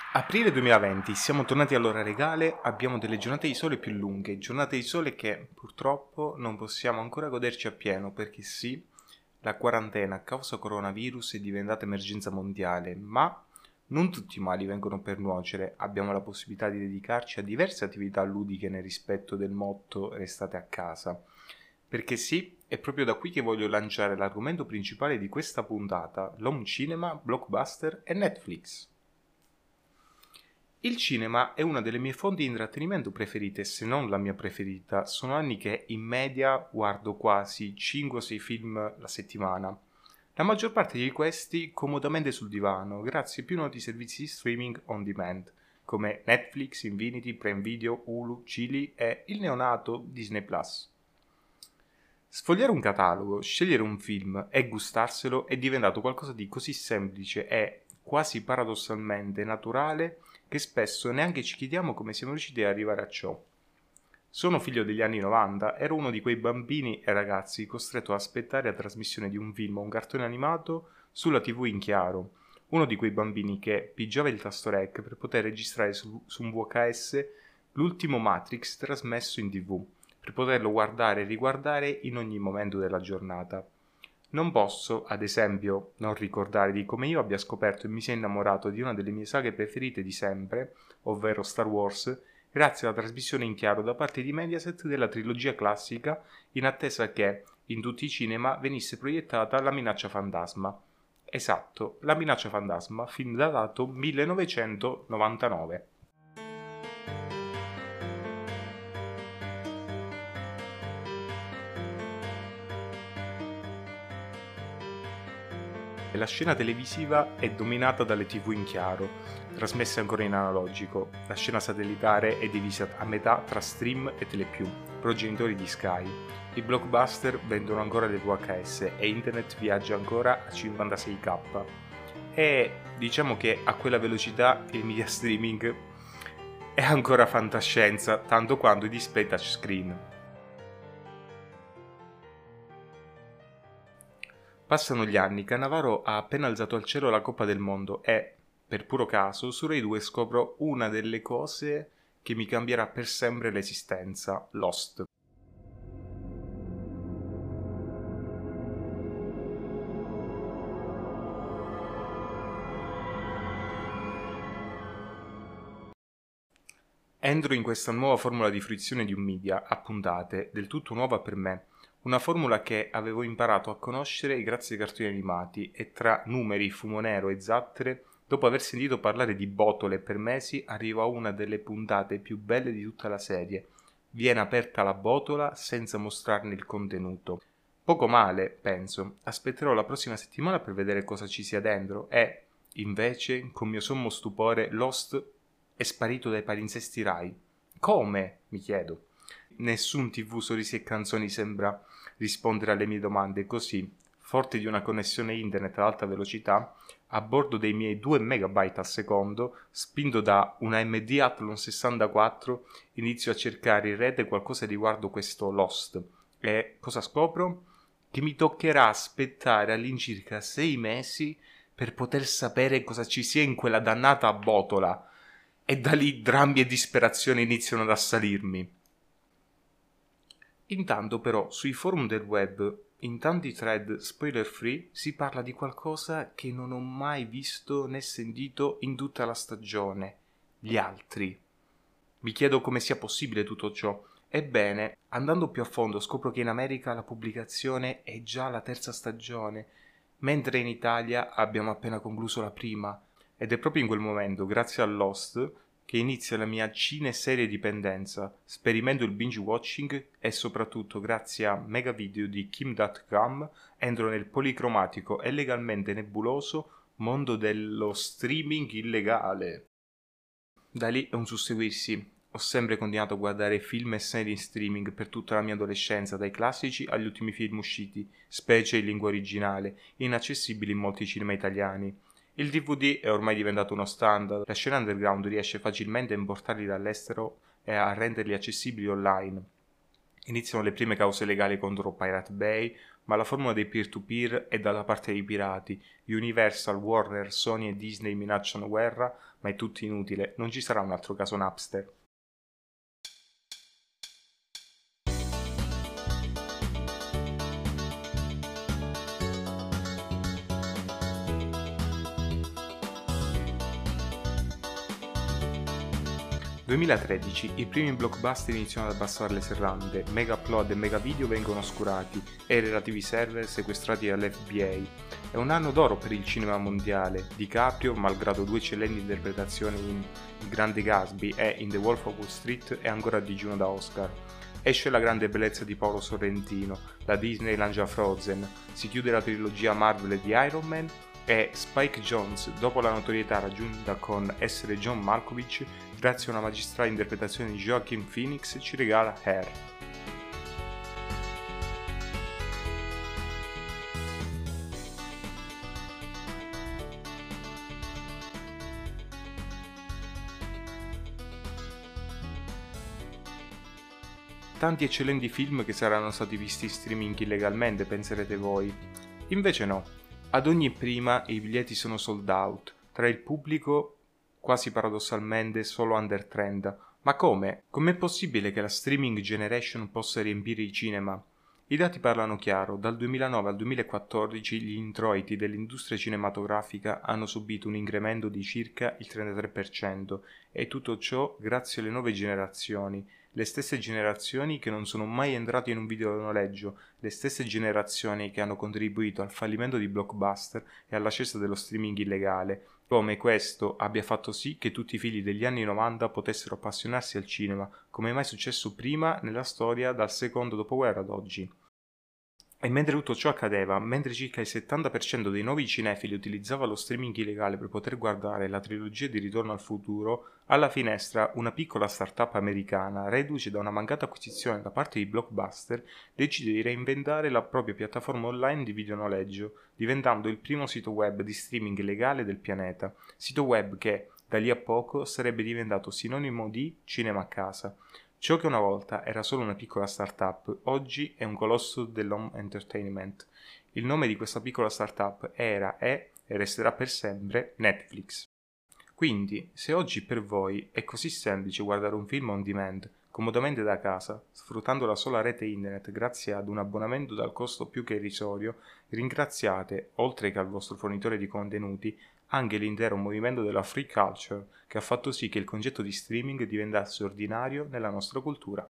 Aprile 2020, siamo tornati all'ora regale, abbiamo delle giornate di sole più lunghe, giornate di sole che purtroppo non possiamo ancora goderci appieno perché sì, la quarantena a causa coronavirus è diventata emergenza mondiale, ma non tutti i mali vengono per nuocere, abbiamo la possibilità di dedicarci a diverse attività ludiche nel rispetto del motto restate a casa. Perché sì, è proprio da qui che voglio lanciare l'argomento principale di questa puntata, l'home cinema, blockbuster e Netflix. Il cinema è una delle mie fonti di intrattenimento preferite, se non la mia preferita. Sono anni che in media guardo quasi 5-6 film la settimana. La maggior parte di questi comodamente sul divano, grazie ai più noti servizi di streaming on demand, come Netflix, Infinity, Prime Video, Hulu, Chili e il neonato Disney Plus. Sfogliare un catalogo, scegliere un film e gustarselo è diventato qualcosa di così semplice e quasi paradossalmente naturale che spesso neanche ci chiediamo come siamo riusciti ad arrivare a ciò. Sono figlio degli anni 90, ero uno di quei bambini e ragazzi costretto a aspettare la trasmissione di un film o un cartone animato sulla TV in chiaro. Uno di quei bambini che pigiava il tasto REC per poter registrare su un VHS l'ultimo Matrix trasmesso in TV, per poterlo guardare e riguardare in ogni momento della giornata. Non posso, ad esempio, non ricordare di come io abbia scoperto e mi sia innamorato di una delle mie saghe preferite di sempre, ovvero Star Wars, grazie alla trasmissione in chiaro da parte di Mediaset della trilogia classica, in attesa che in tutti i cinema venisse proiettata La minaccia fantasma. Esatto, La minaccia fantasma, film datato 1999. La scena televisiva è dominata dalle TV in chiaro, trasmesse ancora in analogico. La scena satellitare è divisa a metà tra Stream e Telepiù, progenitori di Sky. I blockbuster vendono ancora le VHS e internet viaggia ancora a 56k. E diciamo che a quella velocità il media streaming è ancora fantascienza, tanto quanto i display touchscreen. Passano gli anni, Cannavaro ha appena alzato al cielo la Coppa del Mondo e, per puro caso, su Rai 2 scopro una delle cose che mi cambierà per sempre l'esistenza, Lost. Entro in questa nuova formula di fruizione di un media, a puntate, del tutto nuova per me, una formula che avevo imparato a conoscere grazie ai cartoni animati e tra numeri, fumo nero e zattere, dopo aver sentito parlare di botole per mesi, arrivo a una delle puntate più belle di tutta la serie. Viene aperta la botola senza mostrarne il contenuto. Poco male, penso. Aspetterò la prossima settimana per vedere cosa ci sia dentro e, invece, con mio sommo stupore, Lost è sparito dai palinsesti Rai. Come? Mi chiedo. Nessun TV sorrisi e canzoni sembra rispondere alle mie domande così, forte di una connessione internet ad alta velocità, a bordo dei miei 2 MB al secondo, spinto da una AMD Athlon 64, inizio a cercare in rete qualcosa riguardo questo Lost. E cosa scopro? Che mi toccherà aspettare all'incirca 6 mesi per poter sapere cosa ci sia in quella dannata botola. E da lì drammi e disperazione iniziano ad assalirmi. Intanto però sui forum del web, in tanti thread spoiler free, si parla di qualcosa che non ho mai visto né sentito in tutta la stagione. Gli altri. Mi chiedo come sia possibile tutto ciò. Ebbene, andando più a fondo scopro che in America la pubblicazione è già la terza stagione, mentre in Italia abbiamo appena concluso la prima. Ed è proprio in quel momento, grazie a Lost, che inizia la mia cineserie dipendenza. Sperimento il binge watching e soprattutto grazie a mega video di Kim.com entro nel policromatico e legalmente nebuloso mondo dello streaming illegale. Da lì è un susseguirsi. Ho sempre continuato a guardare film e serie in streaming per tutta la mia adolescenza, dai classici agli ultimi film usciti, specie in lingua originale, inaccessibili in molti cinema italiani. Il DVD è ormai diventato uno standard, la scena underground riesce facilmente a importarli dall'estero e a renderli accessibili online. Iniziano le prime cause legali contro Pirate Bay, ma la formula dei peer-to-peer è dalla parte dei pirati. Universal, Warner, Sony e Disney minacciano guerra, ma è tutto inutile, non ci sarà un altro caso Napster. Nel 2013 i primi blockbuster iniziano ad abbassare le serrande, Mega Upload e Mega Video vengono oscurati e i relativi server sequestrati dall'FBA. È un anno d'oro per il cinema mondiale. DiCaprio, malgrado due eccellenti interpretazioni in Il Grande Gatsby e in The Wolf of Wall Street, è ancora a digiuno da Oscar. Esce La grande bellezza di Paolo Sorrentino, la Disney lancia Frozen, si chiude la trilogia Marvel di Iron Man e Spike Jonze, dopo la notorietà raggiunta con Essere John Malkovich, grazie a una magistrale interpretazione di Joaquin Phoenix, ci regala Hair. Tanti eccellenti film che saranno stati visti in streaming illegalmente, penserete voi. Invece no. Ad ogni prima i biglietti sono sold out, tra il pubblico quasi paradossalmente solo under 30. Ma come? Com'è possibile che la streaming generation possa riempire i cinema? I dati parlano chiaro, dal 2009 al 2014 gli introiti dell'industria cinematografica hanno subito un incremento di circa il 33% e tutto ciò grazie alle nuove generazioni. Le stesse generazioni che non sono mai entrate in un videonoleggio, le stesse generazioni che hanno contribuito al fallimento di Blockbuster e all'ascesa dello streaming illegale, come questo abbia fatto sì che tutti i figli degli anni 90 potessero appassionarsi al cinema, come mai successo prima nella storia dal secondo dopoguerra ad oggi. E mentre tutto ciò accadeva, mentre circa il 70% dei nuovi cinefili utilizzava lo streaming illegale per poter guardare la trilogia di Ritorno al futuro, alla finestra una piccola startup americana, reduce da una mancata acquisizione da parte di Blockbuster, decide di reinventare la propria piattaforma online di videonoleggio, diventando il primo sito web di streaming legale del pianeta, sito web che, da lì a poco, sarebbe diventato sinonimo di cinema a casa. Ciò che una volta era solo una piccola startup, oggi è un colosso dell'home entertainment. Il nome di questa piccola startup era, è e resterà per sempre Netflix. Quindi, se oggi per voi è così semplice guardare un film on demand, comodamente da casa, sfruttando la sola rete internet grazie ad un abbonamento dal costo più che irrisorio, ringraziate, oltre che al vostro fornitore di contenuti, anche l'intero movimento della free culture, che ha fatto sì che il concetto di streaming diventasse ordinario nella nostra cultura.